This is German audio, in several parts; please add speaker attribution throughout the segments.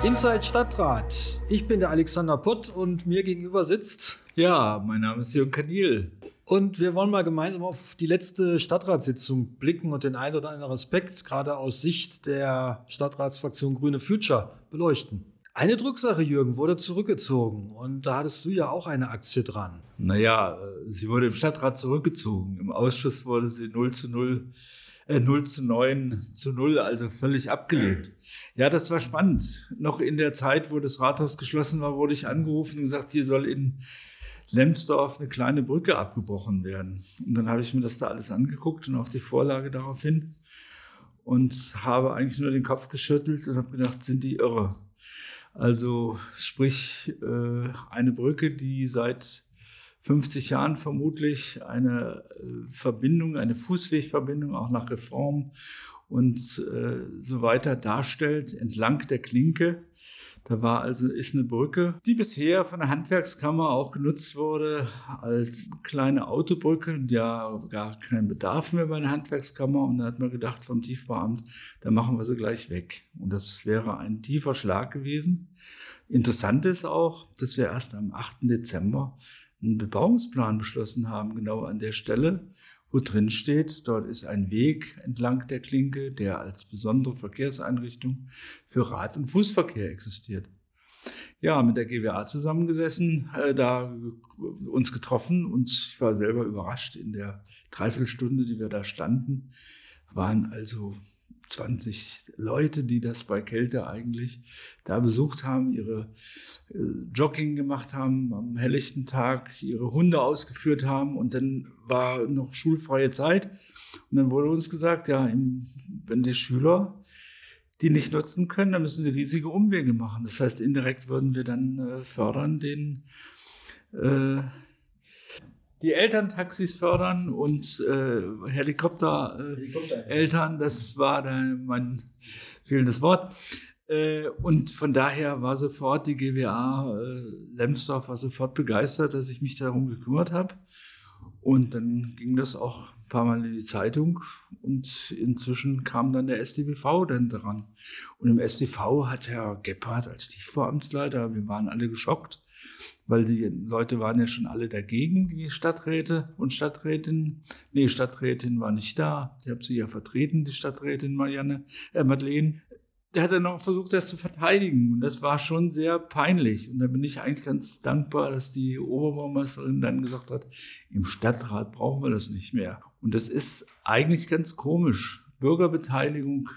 Speaker 1: Inside Stadtrat. Ich bin der Alexander Pott und mir gegenüber sitzt.
Speaker 2: Ja, mein Name ist Jürgen Kaniel.
Speaker 1: Und wir wollen mal gemeinsam auf die letzte Stadtratssitzung blicken und den einen oder anderen Aspekt gerade aus Sicht der Stadtratsfraktion Grüne Future beleuchten. Eine Drucksache, Jürgen, wurde zurückgezogen und da hattest du ja auch eine Aktie dran.
Speaker 2: Naja, sie wurde im Stadtrat zurückgezogen. Im Ausschuss wurde sie 0:9 zu 0, also völlig abgelehnt. Ja, das war spannend. Noch in der Zeit, wo das Rathaus geschlossen war, wurde ich angerufen und gesagt, hier soll in Lemsdorf eine kleine Brücke abgebrochen werden. Und dann habe ich mir das da alles angeguckt und auch die Vorlage daraufhin und habe eigentlich nur den Kopf geschüttelt und habe gedacht, sind die irre? Also sprich, eine Brücke, die seit 50 Jahren vermutlich eine Verbindung, eine Fußwegverbindung auch nach Reform und so weiter darstellt, entlang der Klinke. Da ist eine Brücke, die bisher von der Handwerkskammer auch genutzt wurde als kleine Autobrücke. Ja, gar keinen Bedarf mehr bei der Handwerkskammer. Und da hat man gedacht vom Tiefbauamt, da machen wir sie gleich weg. Und das wäre ein tiefer Schlag gewesen. Interessant ist auch, dass wir erst am 8. Dezember einen Bebauungsplan beschlossen haben, genau an der Stelle, wo drin steht, dort ist ein Weg entlang der Klinke, der als besondere Verkehrseinrichtung für Rad- und Fußverkehr existiert. Ja, mit der GWA zusammengesessen, da uns getroffen und ich war selber überrascht. In der Dreiviertelstunde, die wir da standen, waren also 20 Leute, die das bei Kälte eigentlich da besucht haben, ihre Jogging gemacht haben am helllichten Tag, ihre Hunde ausgeführt haben und dann war noch schulfreie Zeit und dann wurde uns gesagt, ja, wenn die Schüler die nicht nutzen können, dann müssen sie riesige Umwege machen. Das heißt, indirekt würden wir dann fördern, die Elterntaxis fördern und Helikoptereltern, das war dann mein fehlendes Wort. Und von daher war sofort die GWA Lemsdorf war sofort begeistert, dass ich mich darum gekümmert habe. Und dann ging das auch ein paar Mal in die Zeitung und inzwischen kam dann der StBV dann dran. Und im StV hat Herr Gebhardt als Tiefbauamtsleiter, wir waren alle geschockt, weil die Leute waren ja schon alle dagegen, die Stadträte und Stadträtin. Nee, Stadträtin war nicht da. Ich habe sie ja vertreten, die Stadträtin Madeleine. Der hat dann noch versucht, das zu verteidigen. Und das war schon sehr peinlich. Und da bin ich eigentlich ganz dankbar, dass die Oberbürgermeisterin dann gesagt hat, im Stadtrat brauchen wir das nicht mehr. Und das ist eigentlich ganz komisch. Bürgerbeteiligung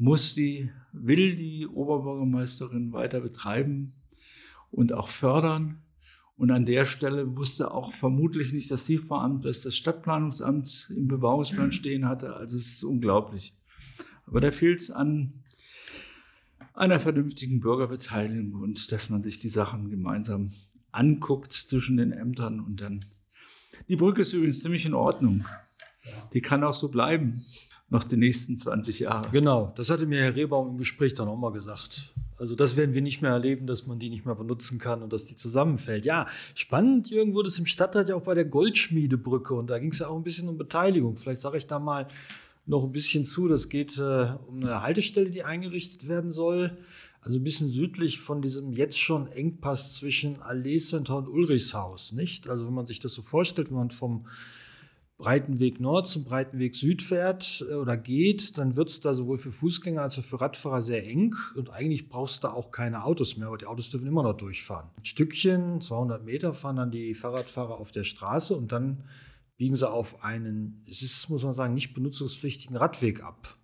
Speaker 2: will die Oberbürgermeisterin weiter betreiben und auch fördern. Und an der Stelle wusste auch vermutlich nicht das Tiefbauamt, was das Stadtplanungsamt im Bebauungsplan stehen hatte. Also es ist unglaublich. Aber da fehlt es an einer vernünftigen Bürgerbeteiligung und dass man sich die Sachen gemeinsam anguckt zwischen den Ämtern und dann. Die Brücke ist übrigens ziemlich in Ordnung. Die kann auch so bleiben, noch die nächsten 20 Jahre.
Speaker 1: Genau, das hatte mir Herr Rehbaum im Gespräch dann auch mal gesagt. Also das werden wir nicht mehr erleben, dass man die nicht mehr benutzen kann und dass die zusammenfällt. Ja, spannend, Jürgen, wurde es im Stadtrat ja auch bei der Goldschmiedebrücke und da ging es ja auch ein bisschen um Beteiligung. Vielleicht sage ich da mal noch ein bisschen zu. Das geht um eine Haltestelle, die eingerichtet werden soll. Also ein bisschen südlich von diesem jetzt schon Engpass zwischen Allee-Center und Ulrichshaus, nicht? Also wenn man sich das so vorstellt, wenn man vom Breitenweg Nord zum Breitenweg Süd fährt oder geht, dann wird es da sowohl für Fußgänger als auch für Radfahrer sehr eng. Und eigentlich brauchst du da auch keine Autos mehr, aber die Autos dürfen immer noch durchfahren. Ein Stückchen, 200 Meter, fahren dann die Fahrradfahrer auf der Straße und dann biegen sie auf einen, muss man sagen, nicht benutzungspflichtigen Radweg ab.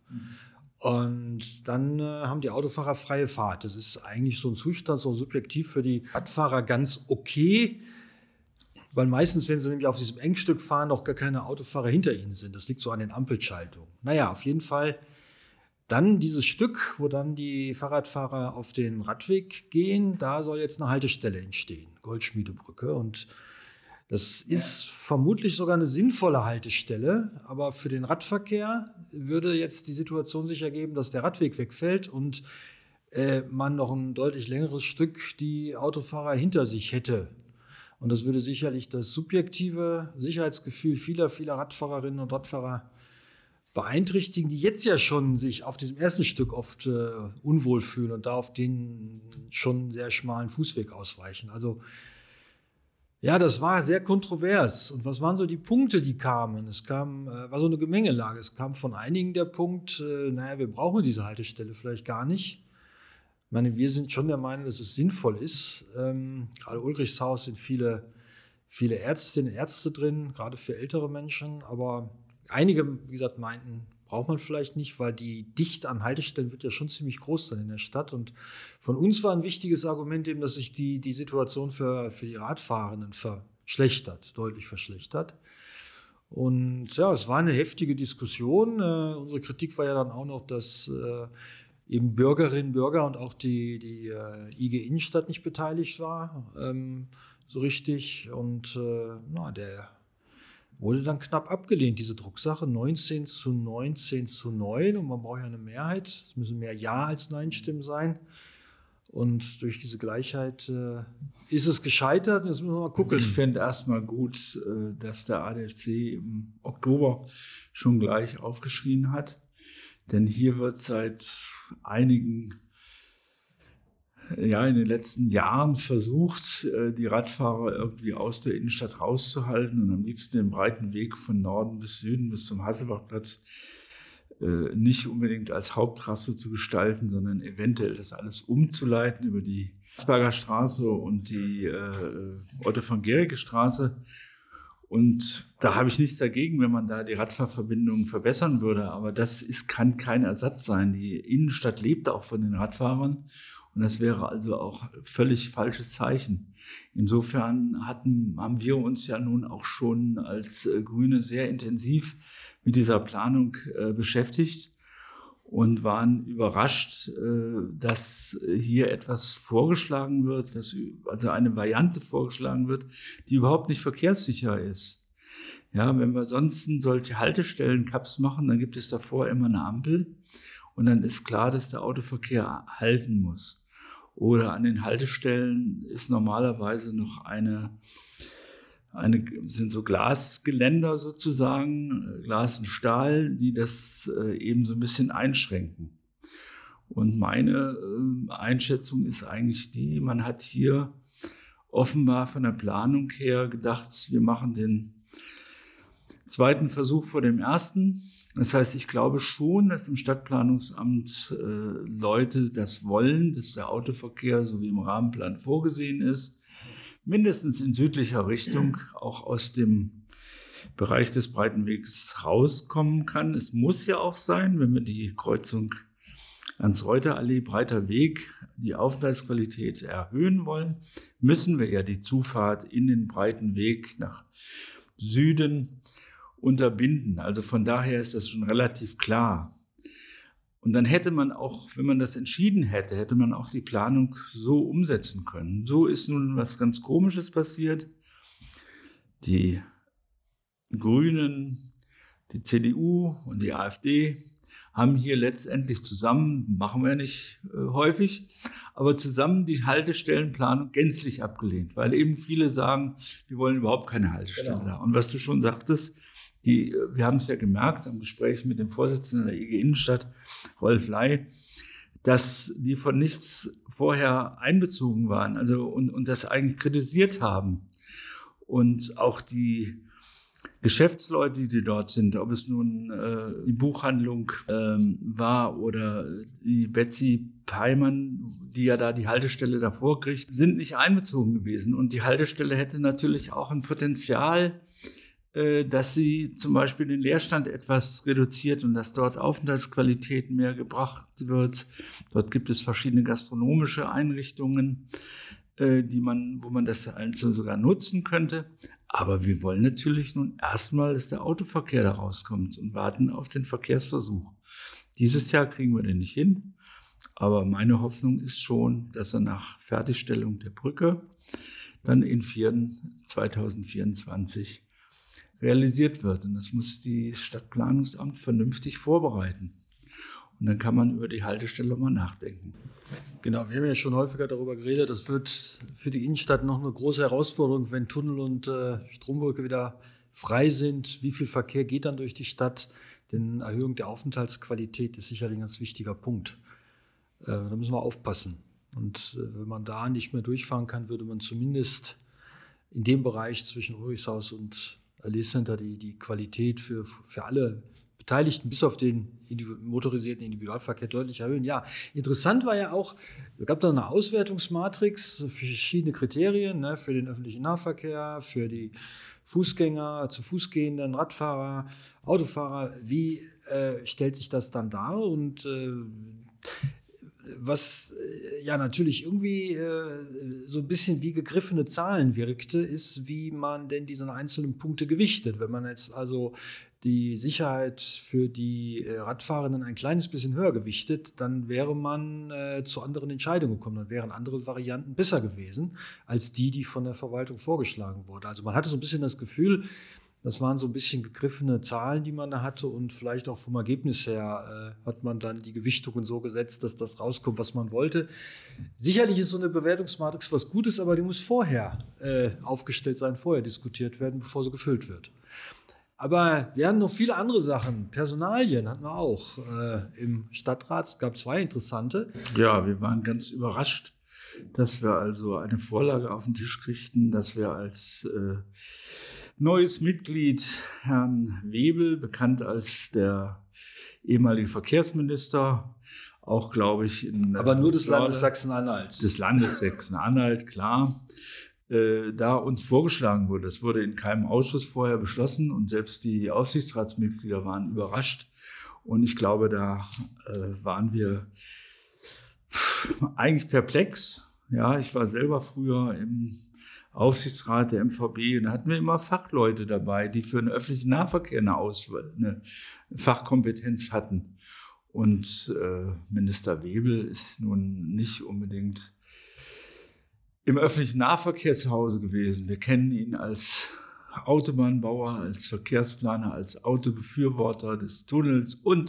Speaker 1: Und dann haben die Autofahrer freie Fahrt. Das ist eigentlich so ein Zustand, so subjektiv für die Radfahrer ganz okay, weil meistens, wenn sie nämlich auf diesem Engstück fahren, noch gar keine Autofahrer hinter ihnen sind. Das liegt so an den Ampelschaltungen. Naja, auf jeden Fall dann dieses Stück, wo dann die Fahrradfahrer auf den Radweg gehen, da soll jetzt eine Haltestelle entstehen, Goldschmiedebrücke. Und das ist vermutlich sogar eine sinnvolle Haltestelle, aber für den Radverkehr würde jetzt die Situation sich ergeben, dass der Radweg wegfällt und man noch ein deutlich längeres Stück die Autofahrer hinter sich hätte. Und das würde sicherlich das subjektive Sicherheitsgefühl vieler Radfahrerinnen und Radfahrer beeinträchtigen, die jetzt ja schon sich auf diesem ersten Stück oft unwohl fühlen und da auf den schon sehr schmalen Fußweg ausweichen. Also ja, das war sehr kontrovers. Und was waren so die Punkte, die kamen? War so eine Gemengelage. Es kam von einigen der Punkt, wir brauchen diese Haltestelle vielleicht gar nicht. Ich meine, wir sind schon der Meinung, dass es sinnvoll ist. Gerade Ulrichshaus sind viele Ärztinnen und Ärzte drin, gerade für ältere Menschen. Aber einige, wie gesagt, meinten, braucht man vielleicht nicht, weil die Dichte an Haltestellen wird ja schon ziemlich groß dann in der Stadt. Und von uns war ein wichtiges Argument eben, dass sich die Situation für die Radfahrenden deutlich verschlechtert. Und ja, es war eine heftige Diskussion. Unsere Kritik war ja dann auch noch, dass eben Bürgerinnen, Bürger und auch die IG Innenstadt nicht beteiligt war, so richtig. Und der wurde dann knapp abgelehnt, diese Drucksache, 19:9 und man braucht ja eine Mehrheit. Es müssen mehr Ja als Nein-Stimmen sein. Und durch diese Gleichheit ist es gescheitert. Und jetzt müssen wir mal gucken.
Speaker 2: Ich finde erstmal gut, dass der ADFC im Oktober schon gleich aufgeschrien hat. Denn hier wird seit einigen in den letzten Jahren versucht, die Radfahrer irgendwie aus der Innenstadt rauszuhalten und am liebsten den breiten Weg von Norden bis Süden bis zum Hasselbachplatz nicht unbedingt als Haupttrasse zu gestalten, sondern eventuell das alles umzuleiten über die Asperger Straße und die Otto von Guericke Straße. Und da habe ich nichts dagegen, wenn man da die Radfahrverbindungen verbessern würde. Aber das kann kein Ersatz sein. Die Innenstadt lebt auch von den Radfahrern. Und das wäre also auch völlig falsches Zeichen. Insofern haben wir uns ja nun auch schon als Grüne sehr intensiv mit dieser Planung beschäftigt und waren überrascht, dass hier etwas vorgeschlagen wird, also eine Variante vorgeschlagen wird, die überhaupt nicht verkehrssicher ist. Ja, wenn wir sonst solche Haltestellen-Cups machen, dann gibt es davor immer eine Ampel und dann ist klar, dass der Autoverkehr halten muss. Oder an den Haltestellen ist normalerweise noch sind so Glasgeländer sozusagen, Glas und Stahl, die das eben so ein bisschen einschränken. Und meine Einschätzung ist eigentlich die, man hat hier offenbar von der Planung her gedacht, wir machen den zweiten Versuch vor dem ersten. Das heißt, ich glaube schon, dass im Stadtplanungsamt Leute das wollen, dass der Autoverkehr, so wie im Rahmenplan vorgesehen ist, mindestens in südlicher Richtung auch aus dem Bereich des Breitenwegs rauskommen kann. Es muss ja auch sein, wenn wir die Kreuzung Ernst-Reuter-Allee, breiter Weg, die Aufenthaltsqualität erhöhen wollen, müssen wir ja die Zufahrt in den breiten Weg nach Süden unterbinden. Also von daher ist das schon relativ klar. Und dann hätte man auch, wenn man das entschieden hätte, hätte man auch die Planung so umsetzen können. So ist nun was ganz Komisches passiert. Die Grünen, die CDU und die AfD haben hier letztendlich zusammen, machen wir nicht häufig, aber zusammen die Haltestellenplanung gänzlich abgelehnt, weil eben viele sagen, wir wollen überhaupt keine Haltestelle da. Und was du schon sagtest, wir haben es ja gemerkt am Gespräch mit dem Vorsitzenden der IG Innenstadt, Rolf Ley, dass die von nichts vorher einbezogen waren, also und das eigentlich kritisiert haben. Und auch die Geschäftsleute, die dort sind, ob es nun die Buchhandlung war oder die Betsy Peimann, die ja da die Haltestelle davor kriegt, sind nicht einbezogen gewesen. Und die Haltestelle hätte natürlich auch ein Potenzial, dass sie zum Beispiel den Leerstand etwas reduziert und dass dort Aufenthaltsqualität mehr gebracht wird. Dort gibt es verschiedene gastronomische Einrichtungen, wo man das einzeln sogar nutzen könnte. Aber wir wollen natürlich nun erstmal, dass der Autoverkehr da rauskommt und warten auf den Verkehrsversuch. Dieses Jahr kriegen wir den nicht hin. Aber meine Hoffnung ist schon, dass er nach Fertigstellung der Brücke dann in 2024 realisiert wird. Und das muss das Stadtplanungsamt vernünftig vorbereiten. Und dann kann man über die Haltestelle mal nachdenken.
Speaker 1: Genau, wir haben ja schon häufiger darüber geredet, das wird für die Innenstadt noch eine große Herausforderung, wenn Tunnel und Strombrücke wieder frei sind. Wie viel Verkehr geht dann durch die Stadt? Denn Erhöhung der Aufenthaltsqualität ist sicherlich ein ganz wichtiger Punkt. Da müssen wir aufpassen. Und wenn man da nicht mehr durchfahren kann, würde man zumindest in dem Bereich zwischen Ulrichshaus und Allee Center die Qualität für alle Beteiligten bis auf den motorisierten Individualverkehr deutlich erhöhen. Ja, interessant war ja auch, es gab da eine Auswertungsmatrix für verschiedene Kriterien, ne, für den öffentlichen Nahverkehr, für die Fußgänger, zu Fuß gehenden, Radfahrer, Autofahrer. Wie stellt sich das dann dar? Und was ja natürlich irgendwie so ein bisschen wie gegriffene Zahlen wirkte, ist, wie man denn diese einzelnen Punkte gewichtet. Wenn man jetzt also die Sicherheit für die Radfahrenden ein kleines bisschen höher gewichtet, dann wäre man zu anderen Entscheidungen gekommen. Dann wären andere Varianten besser gewesen, als die von der Verwaltung vorgeschlagen wurde. Also man hatte so ein bisschen das Gefühl, das waren so ein bisschen gegriffene Zahlen, die man da hatte und vielleicht auch vom Ergebnis her hat man dann die Gewichtungen so gesetzt, dass das rauskommt, was man wollte. Sicherlich ist so eine Bewertungsmatrix was Gutes, aber die muss vorher aufgestellt sein, vorher diskutiert werden, bevor sie gefüllt wird. Aber wir haben noch viele andere Sachen. Personalien hatten wir auch im Stadtrat. Es gab 2 interessante.
Speaker 2: Ja, wir waren ganz überrascht, dass wir also eine Vorlage auf den Tisch kriegten, dass wir als neues Mitglied Herrn Webel, bekannt als der ehemalige Verkehrsminister, auch, glaube ich,
Speaker 1: aber nur des Landes Sachsen-Anhalt.
Speaker 2: Des Landes Sachsen-Anhalt, klar. Da uns vorgeschlagen wurde. Das wurde in keinem Ausschuss vorher beschlossen und selbst die Aufsichtsratsmitglieder waren überrascht. Und ich glaube, da waren wir eigentlich perplex. Ja, ich war selber früher im Aufsichtsrat der MVB und da hatten wir immer Fachleute dabei, die für den öffentlichen Nahverkehr eine Fachkompetenz hatten. Und Minister Webel ist nun nicht unbedingt im öffentlichen Nahverkehr zu Hause gewesen. Wir kennen ihn als Autobahnbauer, als Verkehrsplaner, als Autobefürworter des Tunnels und.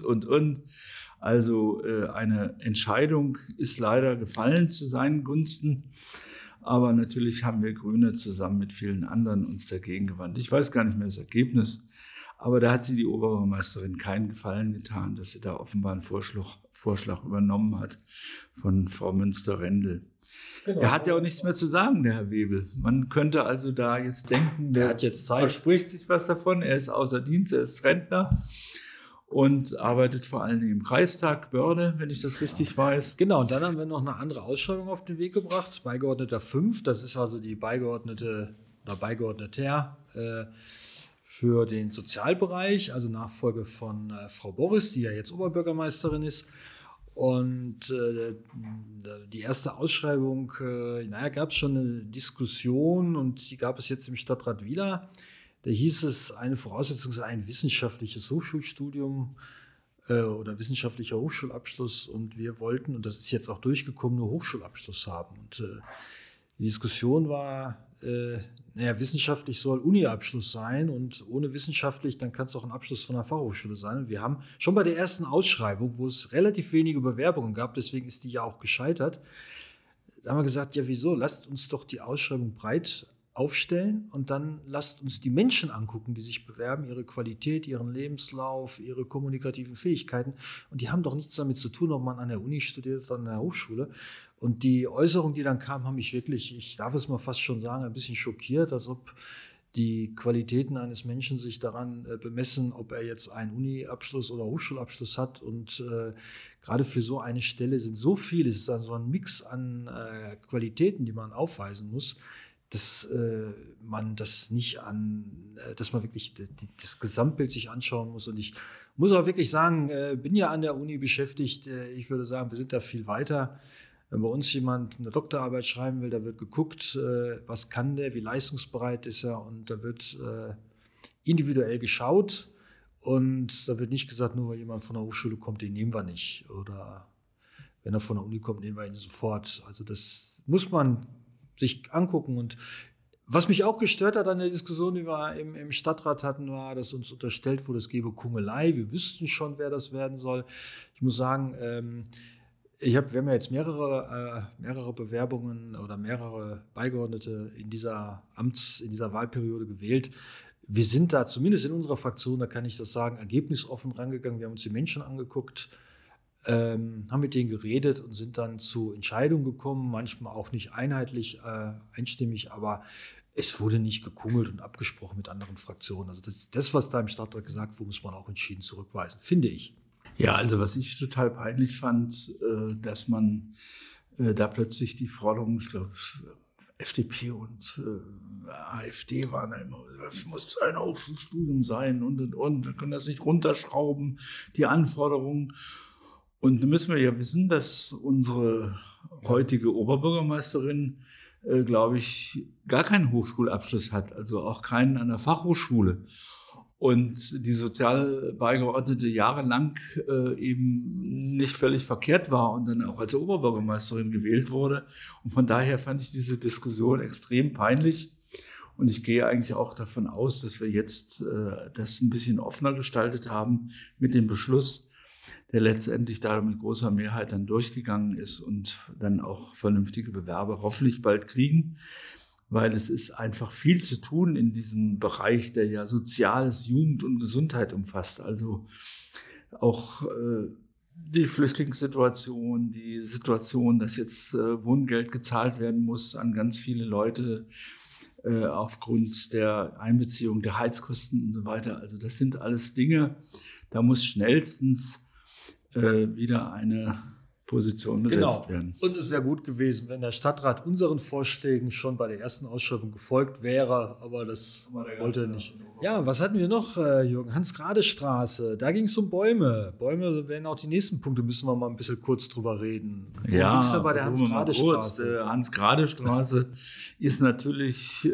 Speaker 2: Also eine Entscheidung ist leider gefallen zu seinen Gunsten. Aber natürlich haben wir Grüne zusammen mit vielen anderen uns dagegen gewandt. Ich weiß gar nicht mehr das Ergebnis, aber da hat sie die Oberbürgermeisterin keinen Gefallen getan, dass sie da offenbar einen Vorschlag übernommen hat von Frau Münster-Rendel. Genau. Er hat ja auch nichts mehr zu sagen, der Herr Webel. Man könnte also da jetzt denken, der hat jetzt Zeit, verspricht sich was davon, er ist außer Dienst, er ist Rentner und arbeitet vor allen Dingen im Kreistag Börde, wenn ich das richtig weiß.
Speaker 1: Genau, und dann haben wir noch eine andere Ausschreibung auf den Weg gebracht, Beigeordneter 5, das ist also die Beigeordnete oder Beigeordneter für den Sozialbereich, also Nachfolge von Frau Boris, die ja jetzt Oberbürgermeisterin ist. Und die erste Ausschreibung, gab es schon eine Diskussion und die gab es jetzt im Stadtrat wieder. Da hieß es, eine Voraussetzung sei ein wissenschaftliches Hochschulstudium oder wissenschaftlicher Hochschulabschluss. Und wir wollten, und das ist jetzt auch durchgekommen, nur Hochschulabschluss haben. Und die Diskussion war, wissenschaftlich soll Uni-Abschluss sein und ohne wissenschaftlich, dann kann es auch ein Abschluss von einer Fachhochschule sein. Und wir haben schon bei der ersten Ausschreibung, wo es relativ wenige Bewerbungen gab, deswegen ist die ja auch gescheitert, da haben wir gesagt, ja wieso, lasst uns doch die Ausschreibung breit aufstellen und dann lasst uns die Menschen angucken, die sich bewerben, ihre Qualität, ihren Lebenslauf, ihre kommunikativen Fähigkeiten. Und die haben doch nichts damit zu tun, ob man an der Uni studiert oder an der Hochschule. Und die Äußerungen, die dann kamen, haben mich wirklich, ich darf es mal fast schon sagen, ein bisschen schockiert, als ob die Qualitäten eines Menschen sich daran bemessen, ob er jetzt einen Uni-Abschluss oder Hochschulabschluss hat. Und gerade für so eine Stelle sind so viele, es ist dann so ein Mix an Qualitäten, die man aufweisen muss, dass man das nicht dass man wirklich das Gesamtbild sich anschauen muss. Und ich muss auch wirklich sagen, bin ja an der Uni beschäftigt. Ich würde sagen, wir sind da viel weiter. Wenn bei uns jemand eine Doktorarbeit schreiben will, da wird geguckt, was kann der, wie leistungsbereit ist er. Und da wird individuell geschaut. Und da wird nicht gesagt, nur weil jemand von der Hochschule kommt, den nehmen wir nicht. Oder wenn er von der Uni kommt, nehmen wir ihn sofort. Also das muss man sich angucken. Und was mich auch gestört hat an der Diskussion, die wir im Stadtrat hatten, war, dass uns unterstellt wurde, es gebe Kungelei. Wir wüssten schon, wer das werden soll. Ich muss sagen, wir haben ja jetzt mehrere Bewerbungen oder mehrere Beigeordnete in dieser Wahlperiode gewählt. wir sind da zumindest in unserer Fraktion, da kann ich das sagen, ergebnisoffen rangegangen. Wir haben uns die Menschen angeguckt, haben mit denen geredet und sind dann zu Entscheidungen gekommen, manchmal auch nicht einheitlich, einstimmig, aber es wurde nicht gekungelt und abgesprochen mit anderen Fraktionen. Also das, was da im Stadtrat gesagt wurde, muss man auch entschieden zurückweisen, finde ich.
Speaker 2: Ja, also was ich total peinlich fand, dass man da plötzlich die Forderung, ich glaube, FDP und AfD waren da immer, das muss ein Hochschulstudium sein und. Wir können das nicht runterschrauben, die Anforderungen. Und da müssen wir ja wissen, dass unsere heutige Oberbürgermeisterin, glaube ich, gar keinen Hochschulabschluss hat, also auch keinen an der Fachhochschule. Und die Sozialbeigeordnete jahrelang eben nicht völlig verkehrt war und dann auch als Oberbürgermeisterin gewählt wurde. Und von daher fand ich diese Diskussion extrem peinlich. Und ich gehe eigentlich auch davon aus, dass wir jetzt das ein bisschen offener gestaltet haben mit dem Beschluss, der letztendlich da mit großer Mehrheit dann durchgegangen ist und dann auch vernünftige Bewerber hoffentlich bald kriegen. Weil es ist einfach viel zu tun in diesem Bereich, der ja Soziales, Jugend und Gesundheit umfasst. Also auch die Flüchtlingssituation, die Situation, dass jetzt Wohngeld gezahlt werden muss an ganz viele Leute aufgrund der Einbeziehung der Heizkosten und so weiter. Also das sind alles Dinge, da muss schnellstens wieder eine Position besetzt werden.
Speaker 1: Und es wäre gut gewesen, wenn der Stadtrat unseren Vorschlägen schon bei der ersten Ausschreibung gefolgt wäre, aber das wollte er nicht. Ja, was hatten wir noch, Jürgen? Hans-Grade-Straße, da ging es um Bäume. Bäume werden auch die nächsten Punkte, müssen wir mal ein bisschen kurz drüber reden.
Speaker 2: Worum ging es
Speaker 1: da bei der Hans-Grade-Straße?
Speaker 2: Hans-Grade-Straße ist natürlich,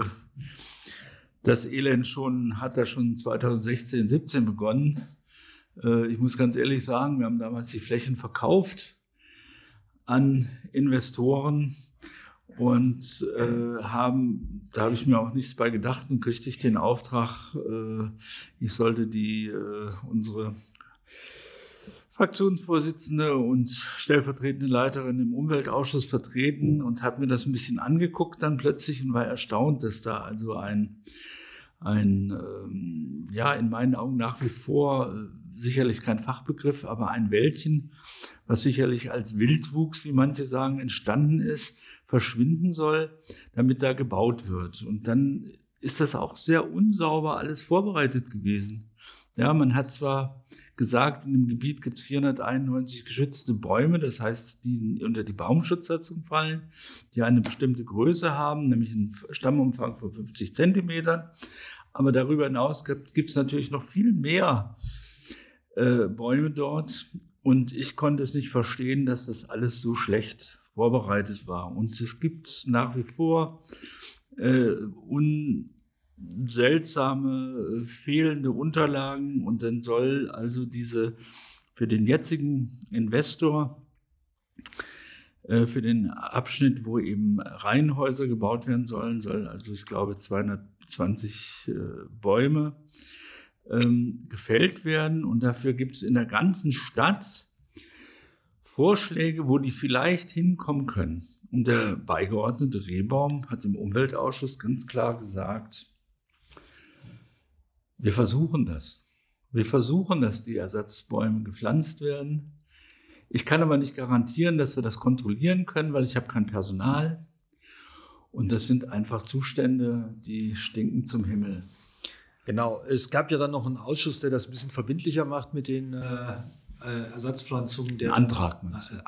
Speaker 2: das Elend hat da schon 2016, 17 begonnen. Ich muss ganz ehrlich sagen, wir haben damals die Flächen verkauft an Investoren und da habe ich mir auch nichts bei gedacht und kriegte ich den Auftrag, ich sollte unsere Fraktionsvorsitzende und stellvertretende Leiterin im Umweltausschuss vertreten und habe mir das ein bisschen angeguckt dann plötzlich und war erstaunt, dass da also ein in meinen Augen nach wie vor sicherlich kein Fachbegriff, aber ein Wäldchen, was sicherlich als Wildwuchs, wie manche sagen, entstanden ist, verschwinden soll, damit da gebaut wird. Und dann ist das auch sehr unsauber alles vorbereitet gewesen. Ja, man hat zwar gesagt, in dem Gebiet gibt es 491 geschützte Bäume, das heißt, die unter die Baumschutzsatzung fallen, die eine bestimmte Größe haben, nämlich einen Stammumfang von 50 Zentimetern. Aber darüber hinaus gibt es natürlich noch viel mehr Bäume dort. Und ich konnte es nicht verstehen, dass das alles so schlecht vorbereitet war. Und es gibt nach wie vor seltsame, fehlende Unterlagen. Und dann soll also für den jetzigen Investor, für den Abschnitt, wo eben Reihenhäuser gebaut werden sollen, soll also, ich glaube, 220 Bäume gefällt werden. Und dafür gibt es in der ganzen Stadt Vorschläge, wo die vielleicht hinkommen können. Und der Beigeordnete Rehbaum hat im Umweltausschuss ganz klar gesagt, wir versuchen das. Wir versuchen, dass die Ersatzbäume gepflanzt werden. Ich kann aber nicht garantieren, dass wir das kontrollieren können, weil ich habe kein Personal. Und das sind einfach Zustände, die stinken zum Himmel.
Speaker 1: Genau, es gab ja dann noch einen Ausschuss, der das ein bisschen verbindlicher macht mit den Ersatzpflanzungen.
Speaker 2: Antrag,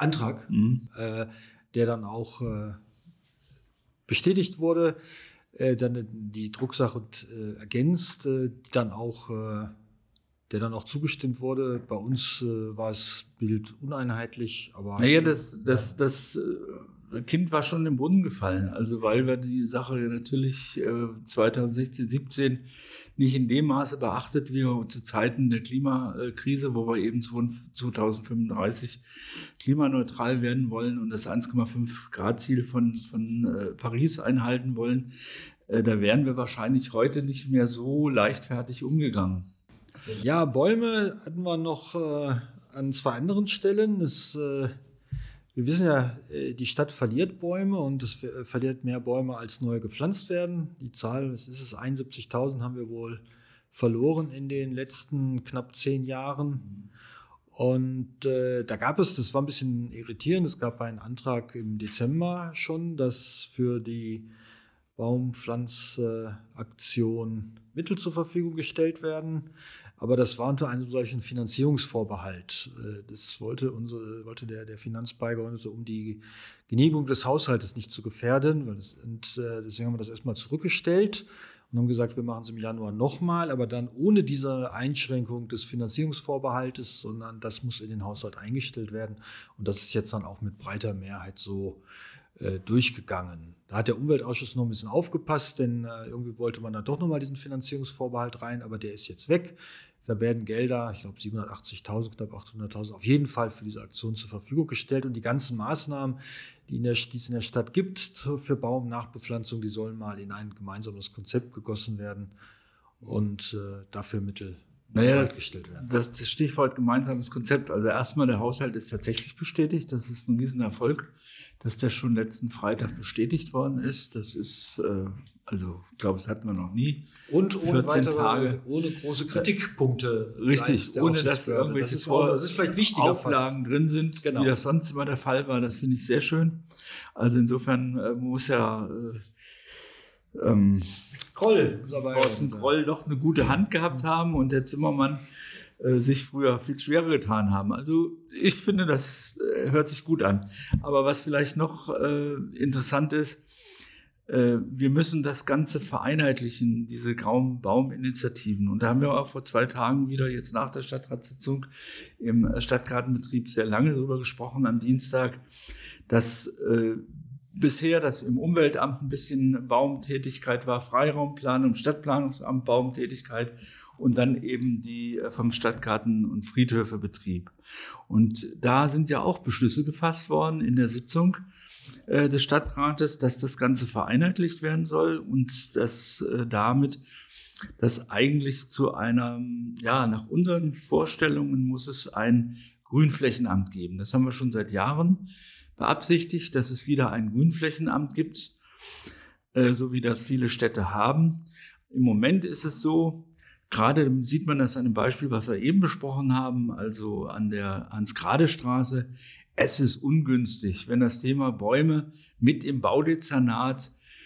Speaker 1: der dann auch bestätigt wurde, dann die Drucksache ergänzt, der dann auch zugestimmt wurde. Bei uns war das Bild uneinheitlich. Aber
Speaker 2: das Kind war schon im Brunnen gefallen. Also weil wir die Sache natürlich 2016, 17 nicht in dem Maße beachtet, wie wir zu Zeiten der Klimakrise, wo wir eben 2035 klimaneutral werden wollen und das 1,5 Grad Ziel von Paris einhalten wollen, da wären wir wahrscheinlich heute nicht mehr so leichtfertig umgegangen.
Speaker 1: Ja, Bäume hatten wir noch an zwei anderen Stellen. Wir wissen ja, die Stadt verliert Bäume und es verliert mehr Bäume, als neu gepflanzt werden. Die Zahl, was ist es, 71.000 haben wir wohl verloren in den letzten knapp 10 Jahren. Und da gab es, das war ein bisschen irritierend, es gab einen Antrag im Dezember schon, dass für die Baumpflanzaktion Mittel zur Verfügung gestellt werden. Aber das war unter einem solchen Finanzierungsvorbehalt. Das wollte der Finanzbeigeordnete, um die Genehmigung des Haushaltes nicht zu gefährden. Deswegen haben wir das erstmal zurückgestellt und haben gesagt, wir machen es im Januar nochmal, aber dann ohne diese Einschränkung des Finanzierungsvorbehaltes, sondern das muss in den Haushalt eingestellt werden. Und das ist jetzt dann auch mit breiter Mehrheit so durchgegangen. Da hat der Umweltausschuss noch ein bisschen aufgepasst, denn irgendwie wollte man da doch nochmal diesen Finanzierungsvorbehalt rein, aber der ist jetzt weg. Da werden Gelder, ich glaube 780.000, knapp 800.000, auf jeden Fall für diese Aktion zur Verfügung gestellt. Und die ganzen Maßnahmen, die es in der Stadt gibt für Baumnachbepflanzung, die sollen mal in ein gemeinsames Konzept gegossen werden und dafür Mittel bereitgestellt werden.
Speaker 2: Das Stichwort gemeinsames Konzept. Also erstmal, der Haushalt ist tatsächlich bestätigt. Das ist ein Riesenerfolg, dass der schon letzten Freitag bestätigt worden ist. Das ist, also ich glaube, das hatten wir noch nie.
Speaker 1: Und ohne
Speaker 2: 14 Tage.
Speaker 1: Ohne große Kritikpunkte.
Speaker 2: Richtig, ohne dass irgendwelche
Speaker 1: das ist vielleicht wichtiger
Speaker 2: Auflagen drin sind,
Speaker 1: genau,
Speaker 2: wie das sonst immer der Fall war. Das finde ich sehr schön. Also insofern muss ja Thorsten Kroll doch eine gute Hand gehabt haben und der Zimmermann sich früher viel schwerer getan haben. Also ich finde, das hört sich gut an. Aber was vielleicht noch interessant ist, wir müssen das Ganze vereinheitlichen, diese grauen Bauminitiativen. Und da haben wir auch vor 2 Tagen wieder jetzt nach der Stadtratssitzung im Stadtgartenbetrieb sehr lange darüber gesprochen am Dienstag, dass bisher das im Umweltamt ein bisschen Baumtätigkeit war, Freiraumplanung, Stadtplanungsamt, Baumtätigkeit und dann eben die vom Stadtgarten- und Friedhöfebetrieb. Und da sind ja auch Beschlüsse gefasst worden in der Sitzung des Stadtrates, dass das Ganze vereinheitlicht werden soll und dass damit das eigentlich zu einer, ja, nach unseren Vorstellungen muss es ein Grünflächenamt geben. Das haben wir schon seit Jahren beabsichtigt, dass es wieder ein Grünflächenamt gibt, so wie das viele Städte haben. Im Moment ist es so, gerade sieht man das an dem Beispiel, was wir eben besprochen haben, also an der Hans-Grade-Straße. Es ist ungünstig, wenn das Thema Bäume mit im Baudezernat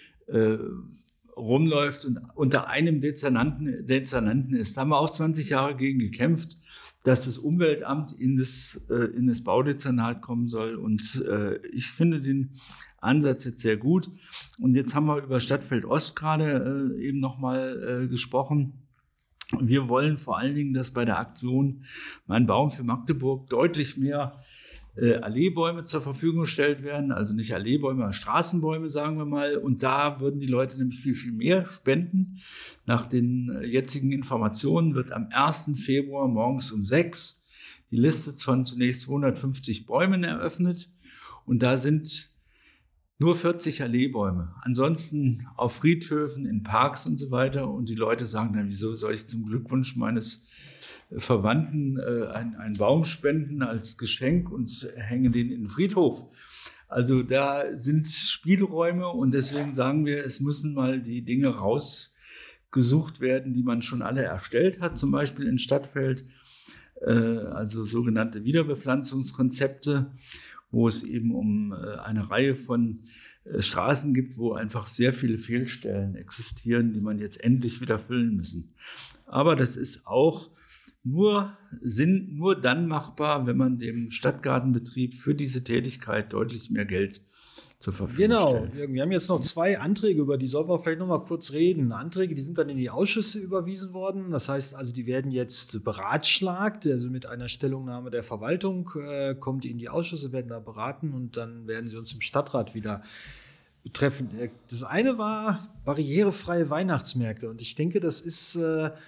Speaker 2: rumläuft und unter einem Dezernanten ist. Da haben wir auch 20 Jahre gegen gekämpft, dass das Umweltamt in das Baudezernat kommen soll. Und ich finde den Ansatz jetzt sehr gut. Und jetzt haben wir über Stadtfeld Ost gerade eben nochmal gesprochen. Wir wollen vor allen Dingen, dass bei der Aktion Mein Baum für Magdeburg deutlich mehr Alleebäume zur Verfügung gestellt werden. Also nicht Alleebäume, aber Straßenbäume, sagen wir mal. Und da würden die Leute nämlich viel, viel mehr spenden. Nach den jetzigen Informationen wird am 1. Februar morgens um 6 die Liste von zunächst 250 Bäumen eröffnet. Und da sind nur 40 Alleebäume. Ansonsten auf Friedhöfen, in Parks und so weiter. Und die Leute sagen dann, wieso soll ich zum Glückwunsch meines Verwandten einen Baum spenden als Geschenk und hängen den in den Friedhof. Also da sind Spielräume und deswegen sagen wir, es müssen mal die Dinge rausgesucht werden, die man schon alle erstellt hat, zum Beispiel in Stadtfeld, also sogenannte Wiederbepflanzungskonzepte, wo es eben um eine Reihe von Straßen gibt, wo einfach sehr viele Fehlstellen existieren, die man jetzt endlich wieder füllen müssen. Aber das ist auch nur dann machbar, wenn man dem Stadtgartenbetrieb für diese Tätigkeit deutlich mehr Geld zur Verfügung stellt.
Speaker 1: Genau, wir haben jetzt noch 2 Anträge, über die sollen wir vielleicht noch mal kurz reden. Anträge, die sind dann in die Ausschüsse überwiesen worden. Das heißt also, die werden jetzt beratschlagt, also mit einer Stellungnahme der Verwaltung kommen die in die Ausschüsse, werden da beraten und dann werden sie uns im Stadtrat wieder betreffen. Das eine war barrierefreie Weihnachtsmärkte und ich denke, das ist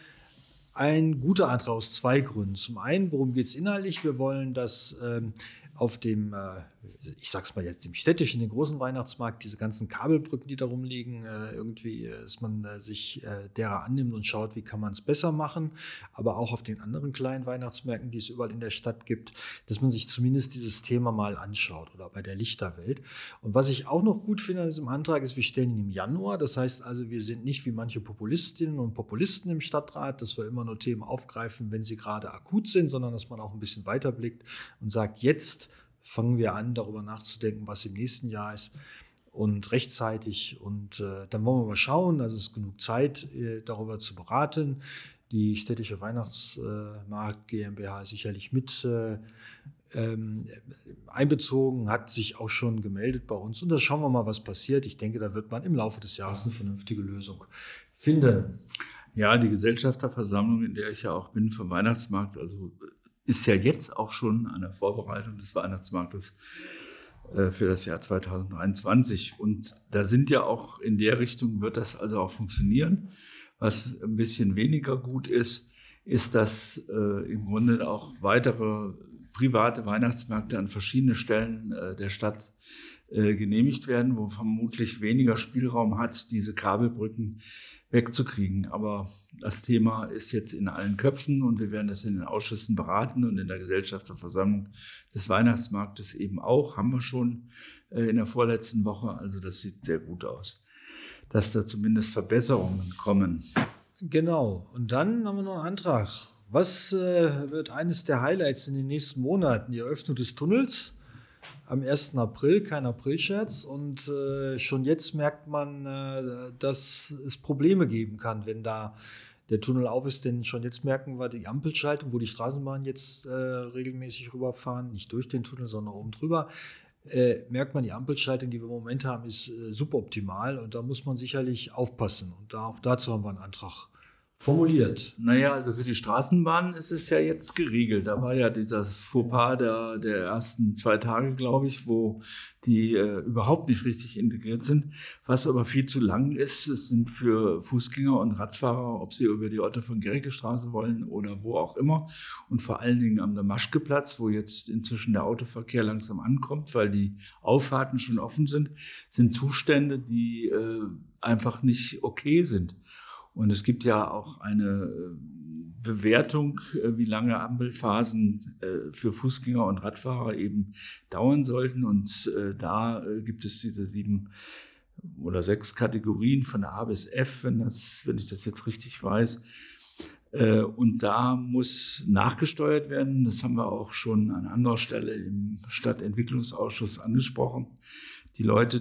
Speaker 1: ein guter Antrag aus 2 Gründen. Zum einen, worum geht es inhaltlich? Wir wollen, dass auf dem, ich sag's mal jetzt, dem städtischen, den großen Weihnachtsmarkt, diese ganzen Kabelbrücken, die da rumliegen, irgendwie, dass man sich derer annimmt und schaut, wie kann man es besser machen. Aber auch auf den anderen kleinen Weihnachtsmärkten, die es überall in der Stadt gibt, dass man sich zumindest dieses Thema mal anschaut oder bei der Lichterwelt. Und was ich auch noch gut finde an diesem Antrag ist, wir stellen ihn im Januar. Das heißt also, wir sind nicht wie manche Populistinnen und Populisten im Stadtrat, dass wir immer nur Themen aufgreifen, wenn sie gerade akut sind, sondern dass man auch ein bisschen weiterblickt und sagt, jetzt fangen wir an, darüber nachzudenken, was im nächsten Jahr ist und rechtzeitig. Und dann wollen wir mal schauen, also es ist genug Zeit, darüber zu beraten. Die städtische Weihnachtsmarkt GmbH ist sicherlich mit einbezogen, hat sich auch schon gemeldet bei uns. Und da schauen wir mal, was passiert. Ich denke, da wird man im Laufe des Jahres eine vernünftige Lösung finden.
Speaker 2: Ja, die Gesellschafterversammlung, in der ich ja auch bin vom Weihnachtsmarkt, also ist ja jetzt auch schon an der Vorbereitung des Weihnachtsmarktes für das Jahr 2023. Und da sind ja auch in der Richtung, wird das also auch funktionieren. Was ein bisschen weniger gut ist, ist, dass im Grunde auch weitere private Weihnachtsmärkte an verschiedenen Stellen der Stadt genehmigt werden, wo vermutlich weniger Spielraum hat, diese Kabelbrücken wegzukriegen. Aber das Thema ist jetzt in allen Köpfen und wir werden das in den Ausschüssen beraten und in der Gesellschafterversammlung des Weihnachtsmarktes eben auch. Haben wir schon in der vorletzten Woche. Also das sieht sehr gut aus, dass da zumindest Verbesserungen kommen.
Speaker 1: Genau. Und dann haben wir noch einen Antrag. Was wird eines der Highlights in den nächsten Monaten? Die Eröffnung des Tunnels am 1. April, kein Aprilscherz. Und schon jetzt merkt man, dass es Probleme geben kann, wenn da der Tunnel auf ist. Denn schon jetzt merken wir die Ampelschaltung, wo die Straßenbahnen jetzt regelmäßig rüberfahren, nicht durch den Tunnel, sondern oben drüber. Merkt man, die Ampelschaltung, die wir im Moment haben, ist suboptimal. Und da muss man sicherlich aufpassen. Und auch dazu haben wir einen Antrag formuliert.
Speaker 2: Naja, also für die Straßenbahnen ist es ja jetzt geregelt. Da war ja dieser Fauxpas der ersten 2 Tage, glaube ich, wo die überhaupt nicht richtig integriert sind. Was aber viel zu lang ist, es sind für Fußgänger und Radfahrer, ob sie über die Otto-von-Guericke-Straße wollen oder wo auch immer. Und vor allen Dingen am Damaschke-Platz, wo jetzt inzwischen der Autoverkehr langsam ankommt, weil die Auffahrten schon offen sind, sind Zustände, die einfach nicht okay sind. Und es gibt ja auch eine Bewertung, wie lange Ampelphasen für Fußgänger und Radfahrer eben dauern sollten. Und da gibt es diese 7 oder 6 Kategorien von A bis F, wenn ich das jetzt richtig weiß. Und da muss nachgesteuert werden. Das haben wir auch schon an anderer Stelle im Stadtentwicklungsausschuss angesprochen. Die Leute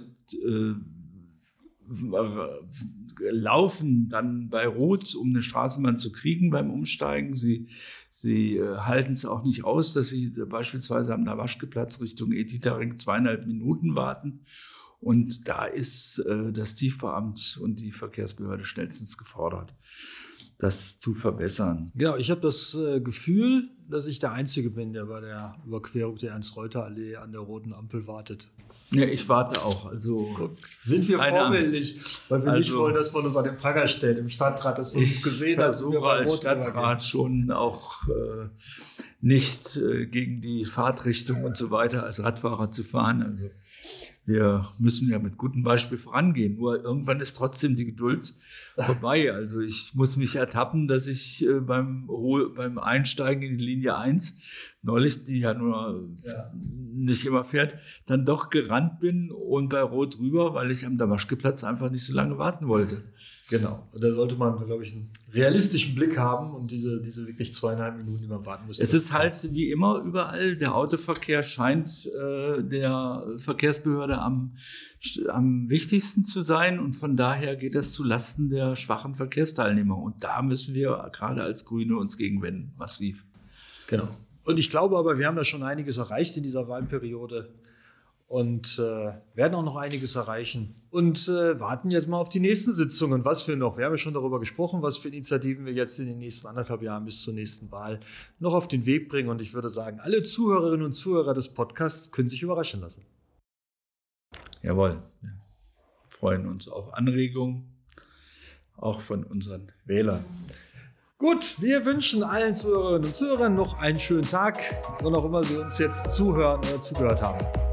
Speaker 2: laufen dann bei Rot, um eine Straßenbahn zu kriegen beim Umsteigen. Sie halten es auch nicht aus, dass sie beispielsweise am Damaschke-Platz Richtung Editharing 2,5 Minuten warten. Und da ist das Tiefbauamt und die Verkehrsbehörde schnellstens gefordert, das zu verbessern.
Speaker 1: Genau, ich habe das Gefühl, dass ich der Einzige bin, der bei der Überquerung der Ernst-Reuter-Allee an der roten Ampel wartet.
Speaker 2: Ja, ich warte auch. Also
Speaker 1: sind wir vorbildlich, weil wir nicht wollen, dass man uns an den Pranger stellt im Stadtrat, dass wir uns gesehen haben.
Speaker 2: Ich versuche als Stadtrat schon auch nicht gegen die Fahrtrichtung und so weiter als Radfahrer zu fahren. Also wir müssen ja mit gutem Beispiel vorangehen. Nur irgendwann ist trotzdem die Geduld vorbei. Also ich muss mich ertappen, dass ich beim Einsteigen in die Linie 1, neulich, die ja nur nicht immer fährt, dann doch gerannt bin und bei Rot rüber, weil ich am Damaschke-Platz einfach nicht so lange warten wollte.
Speaker 1: Genau. Und da sollte man, glaube ich, einen realistischen Blick haben und diese wirklich 2,5 Minuten, die man warten muss.
Speaker 2: Es ist halt wie immer überall, der Autoverkehr scheint der Verkehrsbehörde am wichtigsten zu sein und von daher geht das zu Lasten der schwachen Verkehrsteilnehmer und da müssen wir gerade als Grüne uns gegenwenden, massiv.
Speaker 1: Genau. Und ich glaube aber, wir haben da schon einiges erreicht in dieser Wahlperiode und werden auch noch einiges erreichen und warten jetzt mal auf die nächsten Sitzungen. Was für noch? Wir haben ja schon darüber gesprochen, was für Initiativen wir jetzt in den nächsten 1,5 Jahren bis zur nächsten Wahl noch auf den Weg bringen. Und ich würde sagen, alle Zuhörerinnen und Zuhörer des Podcasts können sich überraschen lassen.
Speaker 2: Jawohl. Wir freuen uns auf Anregungen, auch von unseren Wählern.
Speaker 1: Gut. Gut, wir wünschen allen Zuhörerinnen und Zuhörern noch einen schönen Tag, wann auch immer Sie uns jetzt zuhören oder zugehört haben.